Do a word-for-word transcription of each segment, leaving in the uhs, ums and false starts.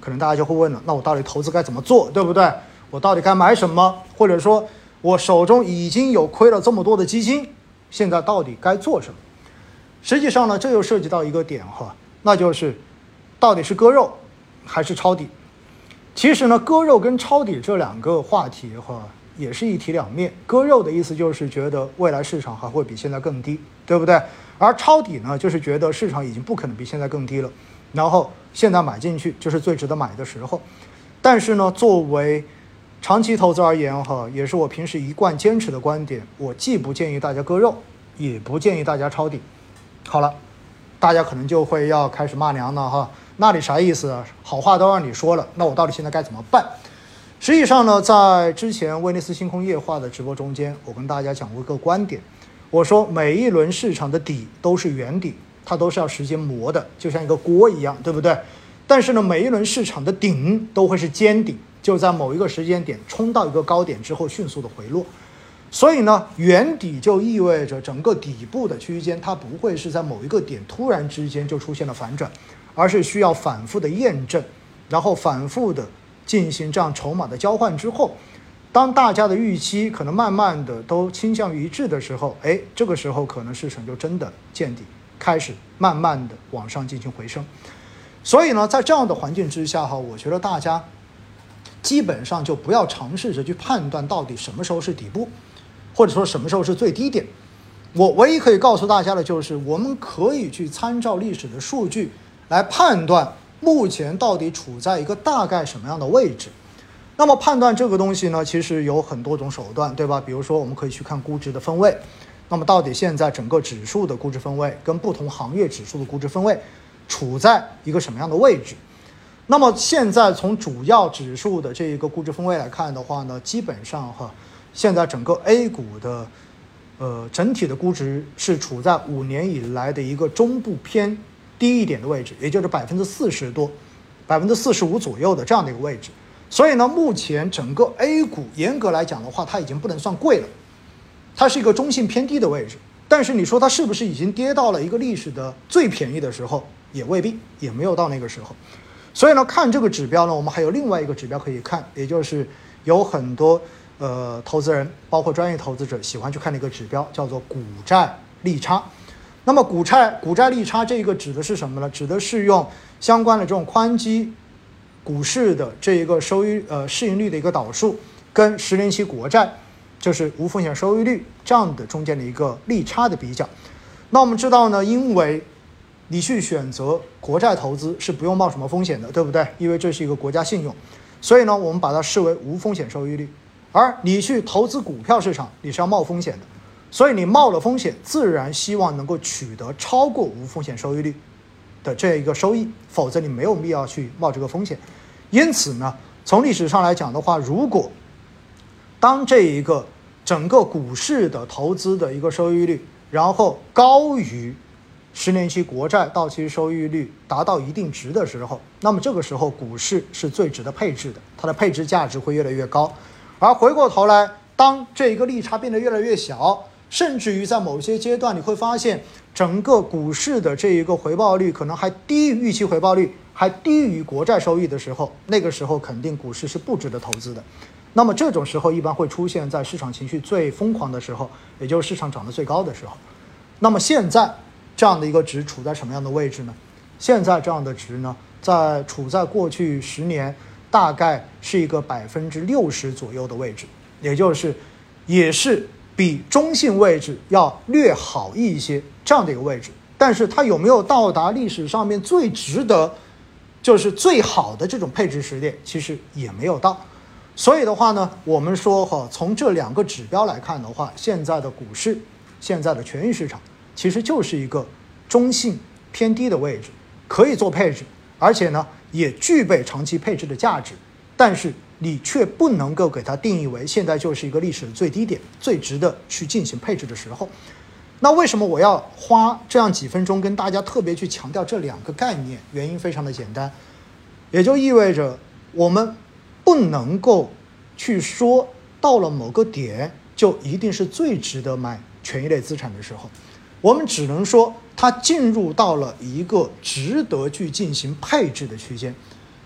可能大家就会问了，那我到底投资该怎么做，对不对？我到底该买什么？或者说我手中已经有亏了这么多的基金，现在到底该做什么？实际上呢，这又涉及到一个点哈，那就是到底是割肉还是抄底。其实呢，割肉跟抄底这两个话题哈，也是一体两面。割肉的意思就是觉得未来市场还会比现在更低，对不对？而抄底呢，就是觉得市场已经不可能比现在更低了，然后现在买进去就是最值得买的时候。但是呢，作为长期投资而言哈，也是我平时一贯坚持的观点，我既不建议大家割肉，也不建议大家抄底。好了，大家可能就会要开始骂娘了哈，那你啥意思啊？好话都让你说了，那我到底现在该怎么办？实际上呢，在之前威尼斯星空夜话的直播中间，我跟大家讲过一个观点，我说每一轮市场的底都是圆底，它都是要时间磨的，就像一个锅一样，对不对？但是呢，每一轮市场的顶都会是尖顶，就在某一个时间点冲到一个高点之后迅速的回落。所以呢，圆底就意味着整个底部的区间它不会是在某一个点突然之间就出现了反转，而是需要反复的验证，然后反复的进行这样筹码的交换之后，当大家的预期可能慢慢的都倾向于一致的时候，哎，这个时候可能市场就真的见底，开始慢慢的往上进行回升。所以呢，在这样的环境之下哈，我觉得大家基本上就不要尝试着去判断到底什么时候是底部，或者说什么时候是最低点。我唯一可以告诉大家的就是，我们可以去参照历史的数据来判断目前到底处在一个大概什么样的位置。那么判断这个东西呢，其实有很多种手段，对吧？比如说我们可以去看估值的分位，那么到底现在整个指数的估值分位跟不同行业指数的估值分位处在一个什么样的位置。那么现在从主要指数的这一个估值分位来看的话呢，基本上哈，现在整个 A 股的呃整体的估值是处在五年以来的一个中部偏低一点的位置，也就是百分之四十多、百分之四十五左右的这样的一个位置。所以呢，目前整个 A 股严格来讲的话，它已经不能算贵了，它是一个中性偏低的位置。但是你说它是不是已经跌到了一个历史的最便宜的时候，也未必，也没有到那个时候。所以呢，看这个指标呢，我们还有另外一个指标可以看，也就是有很多呃投资人，包括专业投资者喜欢去看的一个指标，叫做股债利差。那么股债股债利差这个指的是什么呢？指的是用相关的这种宽基股市的这一个收益呃市盈率的一个导数，跟十年期国债就是无风险收益率这样的中间的一个利差的比较。那我们知道呢，因为你去选择国债投资是不用冒什么风险的，对不对？因为这是一个国家信用，所以呢，我们把它视为无风险收益率。而你去投资股票市场，你是要冒风险的，所以你冒了风险，自然希望能够取得超过无风险收益率的这一个收益，否则你没有必要去冒这个风险。因此呢，从历史上来讲的话，如果当这一个整个股市的投资的一个收益率，然后高于十年期国债到期收益率达到一定值的时候，那么这个时候股市是最值得配置的，它的配置价值会越来越高。而回过头来，当这一个利差变得越来越小，甚至于在某些阶段你会发现整个股市的这一个回报率可能还低于预期回报率，还低于国债收益的时候，那个时候肯定股市是不值得投资的。那么这种时候一般会出现在市场情绪最疯狂的时候，也就是市场涨得最高的时候。那么现在这样的一个值处在什么样的位置呢？现在这样的值呢，在处在过去十年大概是一个百分之六十左右的位置，也就是也是比中性位置要略好一些这样的一个位置。但是它有没有到达历史上面最值得就是最好的这种配置时点，其实也没有到。所以的话呢，我们说哈，从这两个指标来看的话，现在的股市，现在的权益市场其实就是一个中性偏低的位置，可以做配置，而且呢也具备长期配置的价值，但是你却不能够给它定义为现在就是一个历史的最低点，最值得去进行配置的时候。那为什么我要花这样几分钟跟大家特别去强调这两个概念？原因非常的简单，也就意味着我们不能够去说到了某个点就一定是最值得买权益类资产的时候，我们只能说它进入到了一个值得去进行配置的区间。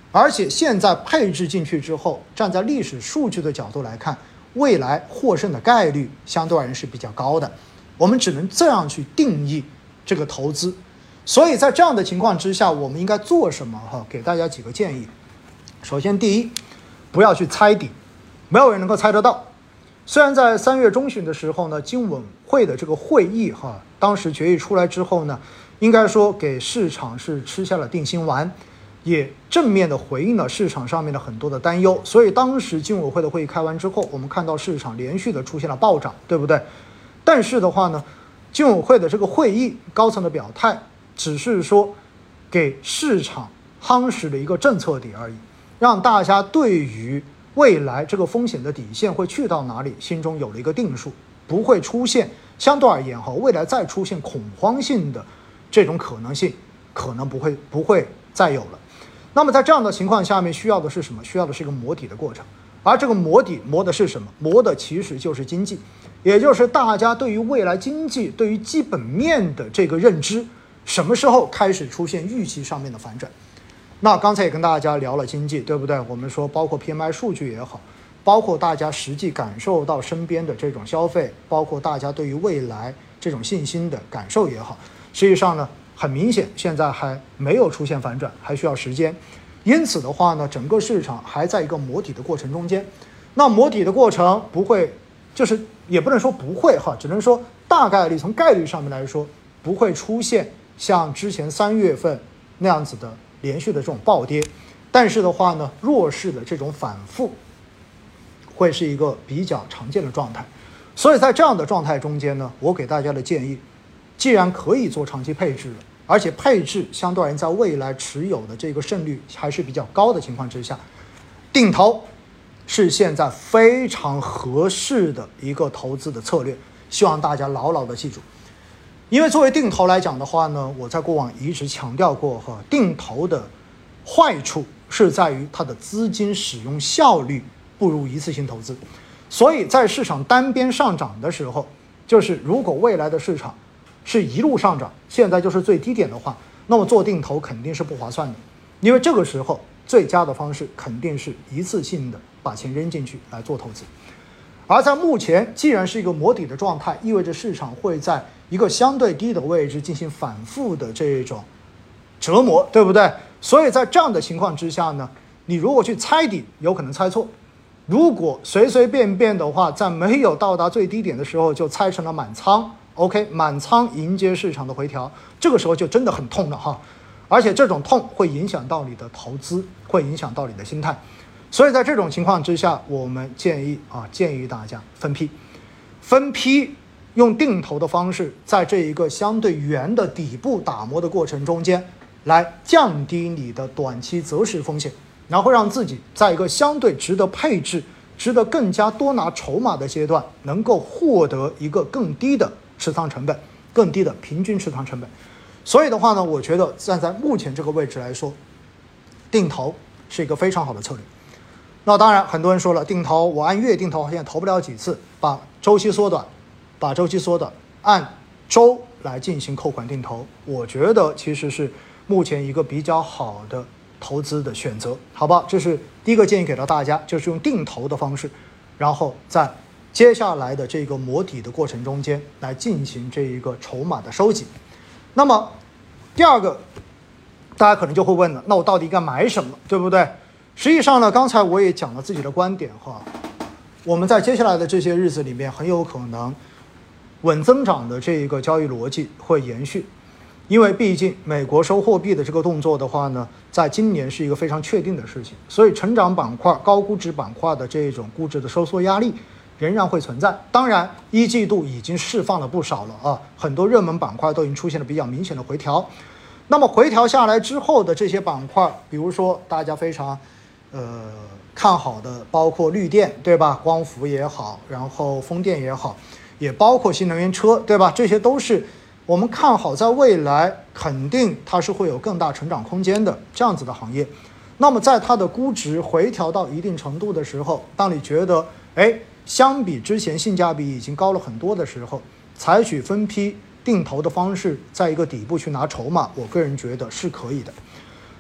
而且现在配置进去之后，站在历史数据的角度来看，未来获胜的概率相对而言是比较高的。我们只能这样去定义这个投资。所以在这样的情况之下，我们应该做什么？哈，给大家几个建议。首先，第一，不要去猜底，没有人能够猜得到。虽然在三月中旬的时候呢，金委会的这个会议哈，当时决议出来之后呢，应该说给市场是吃下了定心丸，也正面的回应了市场上面的很多的担忧。所以当时金委会的会议开完之后，我们看到市场连续的出现了暴涨，对不对？但是的话呢，金委会的这个会议高层的表态，只是说给市场夯实了一个政策底而已，让大家对于未来这个风险的底线会去到哪里，心中有了一个定数，不会出现相对而言哈，未来再出现恐慌性的这种可能性，可能不会不会再有了。那么在这样的情况下面，需要的是什么？需要的是一个磨底的过程，而这个磨底磨的是什么？磨的其实就是经济，也就是大家对于未来经济、对于基本面的这个认知，什么时候开始出现预期上面的反转？那刚才也跟大家聊了经济，对不对？我们说包括 P M I 数据也好，包括大家实际感受到身边的这种消费，包括大家对于未来这种信心的感受也好，实际上呢，很明显现在还没有出现反转，还需要时间。因此的话呢，整个市场还在一个磨底的过程中间。那磨底的过程不会，就是也不能说不会哈，只能说大概率从概率上面来说，不会出现像之前三月份那样子的连续的这种暴跌，但是的话呢，弱势的这种反复会是一个比较常见的状态。所以在这样的状态中间呢，我给大家的建议，既然可以做长期配置了，而且配置相对而言在未来持有的这个胜率还是比较高的情况之下，定投是现在非常合适的一个投资的策略，希望大家牢牢的记住。因为作为定投来讲的话呢，我在过往一直强调过哈，定投的坏处是在于它的资金使用效率不如一次性投资。所以在市场单边上涨的时候，就是如果未来的市场是一路上涨，现在就是最低点的话，那么做定投肯定是不划算的。因为这个时候最佳的方式肯定是一次性的把钱扔进去来做投资。而在目前既然是一个磨底的状态，意味着市场会在一个相对低的位置进行反复的这种折磨，对不对？所以在这样的情况之下呢，你如果去猜底，有可能猜错。如果随随便便的话，在没有到达最低点的时候就猜成了满仓 ，OK， 满仓迎接市场的回调，这个时候就真的很痛了哈。而且这种痛会影响到你的投资，会影响到你的心态。所以在这种情况之下，我们建议啊，建议大家分批，分批用定投的方式，在这一个相对圆的底部打磨的过程中间，来降低你的短期择时风险，然后让自己在一个相对值得配置、值得更加多拿筹码的阶段，能够获得一个更低的持仓成本，更低的平均持仓成本。所以的话呢，我觉得站在目前这个位置来说，定投是一个非常好的策略。那当然，很多人说了，定投我按月定投，现在投不了几次，把周期缩短，把周期缩短，按周来进行扣款定投，我觉得其实是目前一个比较好的投资的选择，好吧？这是第一个建议给到大家，就是用定投的方式，然后在接下来的这个磨底的过程中间来进行这一个筹码的收集。那么第二个，大家可能就会问了，那我到底该买什么，对不对？实际上呢，刚才我也讲了自己的观点哈，我们在接下来的这些日子里面，很有可能稳增长的这一个交易逻辑会延续，因为毕竟美国收货币的这个动作的话呢，在今年是一个非常确定的事情，所以成长板块、高估值板块的这种估值的收缩压力仍然会存在。当然，一季度已经释放了不少了啊，很多热门板块都已经出现了比较明显的回调。那么回调下来之后的这些板块，比如说大家非常呃看好的，包括绿电，对吧？光伏也好，然后风电也好，也包括新能源车，对吧？这些都是我们看好在未来肯定它是会有更大成长空间的这样子的行业。那么在它的估值回调到一定程度的时候，当你觉得哎相比之前性价比已经高了很多的时候，采取分批定投的方式，在一个底部去拿筹码，我个人觉得是可以的。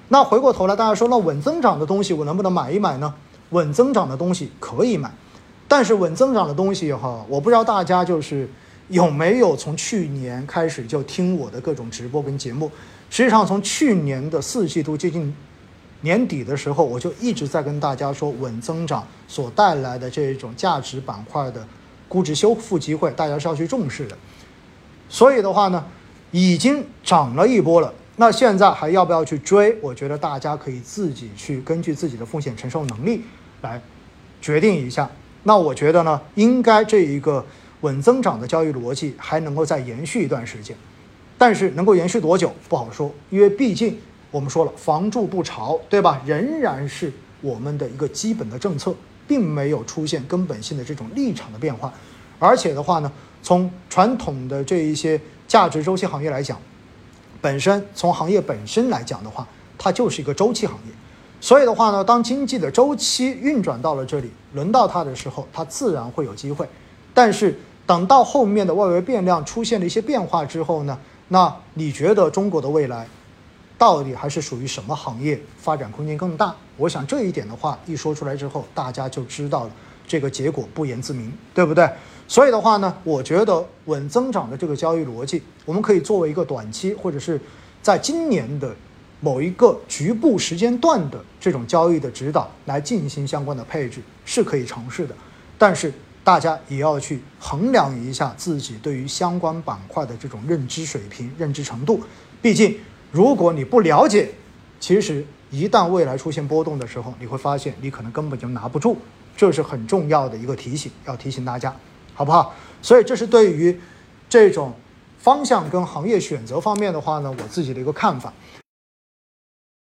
那回过头来，大家说，那稳增长的东西我能不能买一买呢？稳增长的东西可以买，但是稳增长的东西哈，我不知道大家就是有没有从去年开始就听我的各种直播跟节目。实际上，从去年的四季度接近年底的时候，我就一直在跟大家说，稳增长所带来的这种价值板块的估值修复机会，大家是要去重视的。所以的话呢，已经涨了一波了。那现在还要不要去追？我觉得大家可以自己去根据自己的风险承受能力来决定一下。那我觉得呢，应该这一个稳增长的交易逻辑还能够再延续一段时间，但是能够延续多久不好说，因为毕竟我们说了，房住不炒，对吧？仍然是我们的一个基本的政策，并没有出现根本性的这种立场的变化。而且的话呢，从传统的这一些价值周期行业来讲，本身从行业本身来讲的话，它就是一个周期行业。所以的话呢，当经济的周期运转到了这里，轮到它的时候，它自然会有机会。但是等到后面的外围变量出现了一些变化之后呢，那你觉得中国的未来到底还是属于什么行业发展空间更大？我想这一点的话一说出来之后，大家就知道了，这个结果不言自明，对不对？所以的话呢，我觉得稳增长的这个交易逻辑，我们可以作为一个短期或者是在今年的某一个局部时间段的这种交易的指导来进行相关的配置，是可以尝试的。但是大家也要去衡量一下自己对于相关板块的这种认知水平、认知程度。毕竟如果你不了解，其实一旦未来出现波动的时候，你会发现你可能根本就拿不住，这是很重要的一个提醒，要提醒大家，好不好？所以这是对于这种方向跟行业选择方面的话呢，我自己的一个看法。